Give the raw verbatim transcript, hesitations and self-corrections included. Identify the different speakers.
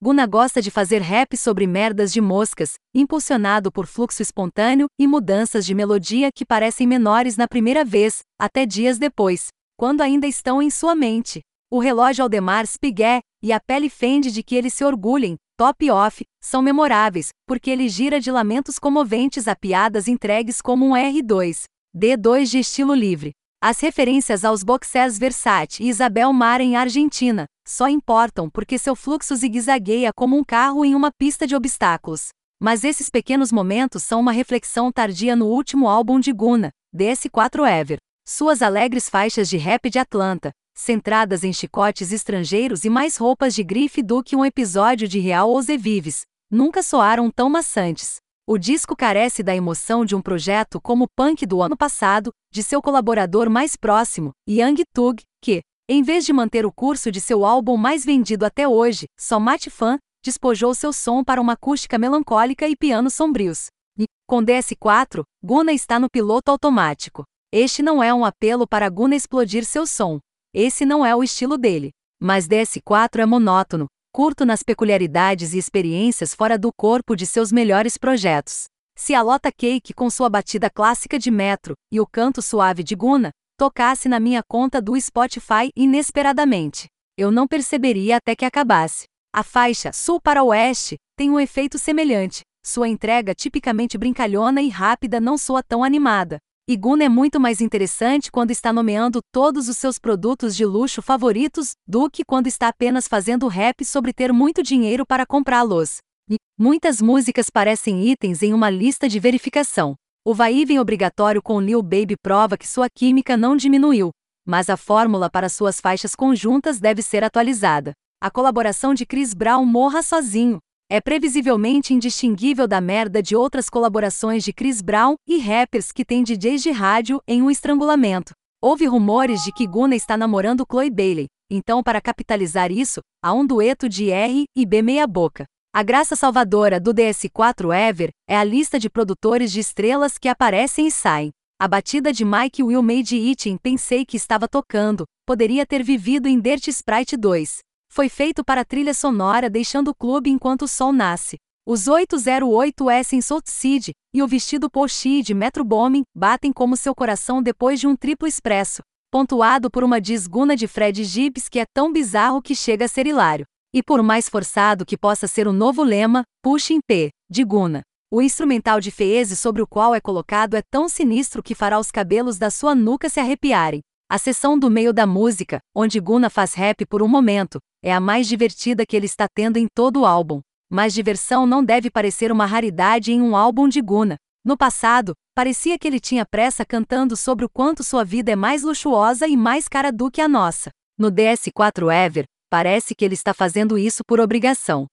Speaker 1: Guna gosta de fazer rap sobre merdas de moscas, impulsionado por fluxo espontâneo e mudanças de melodia que parecem menores na primeira vez, até dias depois, quando ainda estão em sua mente. O relógio Aldemar Spiguet e a pele fende de que eles se orgulhem, top off, são memoráveis, porque ele gira de lamentos comoventes a piadas entregues como um R dois D dois de estilo livre. As referências aos boxers Versace e Isabel Mar em Argentina só importam porque seu fluxo zigue-zagueia como um carro em uma pista de obstáculos. Mas esses pequenos momentos são uma reflexão tardia no último álbum de Guna, D S quatro Ever. Suas alegres faixas de rap de Atlanta, centradas em chicotes estrangeiros e mais roupas de grife do que um episódio de Real ou Zé Vives, nunca soaram tão maçantes. O disco carece da emoção de um projeto como o Punk do ano passado, de seu colaborador mais próximo, Young Thug, que, em vez de manter o curso de seu álbum mais vendido até hoje, Só Mate Fã, despojou seu som para uma acústica melancólica e pianos sombrios. E, com D S quatro, Guna está no piloto automático. Este não é um apelo para Guna explodir seu som. Esse não é o estilo dele. Mas D S quatro é monótono, curto nas peculiaridades e experiências fora do corpo de seus melhores projetos. Se a Lota Cake com sua batida clássica de metro e o canto suave de Guna tocasse na minha conta do Spotify inesperadamente, eu não perceberia até que acabasse. A faixa Sul para Oeste tem um efeito semelhante. Sua entrega tipicamente brincalhona e rápida não soa tão animada. E Guna é muito mais interessante quando está nomeando todos os seus produtos de luxo favoritos do que quando está apenas fazendo rap sobre ter muito dinheiro para comprá-los. E muitas músicas parecem itens em uma lista de verificação. O vai e vem obrigatório com Lil Baby prova que sua química não diminuiu, mas a fórmula para suas faixas conjuntas deve ser atualizada. A colaboração de Chris Brown Morra Sozinho é previsivelmente indistinguível da merda de outras colaborações de Chris Brown e rappers que têm D Js de rádio em um estrangulamento. Houve rumores de que Guna está namorando Chloe Bailey, então para capitalizar isso, há um dueto de R e B meia boca. A graça salvadora do D S quatro Ever é a lista de produtores de estrelas que aparecem e saem. A batida de Mike Will Made It em Pensei que estava tocando, poderia ter vivido em Dirt Sprite dois. Foi feito para a trilha sonora deixando o clube enquanto o sol nasce. Os oito zero oito S em Salt City e o vestido Porsche de Metro Boomin batem como seu coração depois de um triplo expresso, pontuado por uma diz Guna de Fred Gibbs que é tão bizarro que chega a ser hilário. E por mais forçado que possa ser o novo lema, Pushing P, de Guna. O instrumental de Feeze sobre o qual é colocado é tão sinistro que fará os cabelos da sua nuca se arrepiarem. A seção do meio da música, onde Guna faz rap por um momento, é a mais divertida que ele está tendo em todo o álbum. Mas diversão não deve parecer uma raridade em um álbum de Guna. No passado, parecia que ele tinha pressa cantando sobre o quanto sua vida é mais luxuosa e mais cara do que a nossa. No D S quatro Ever, parece que ele está fazendo isso por obrigação.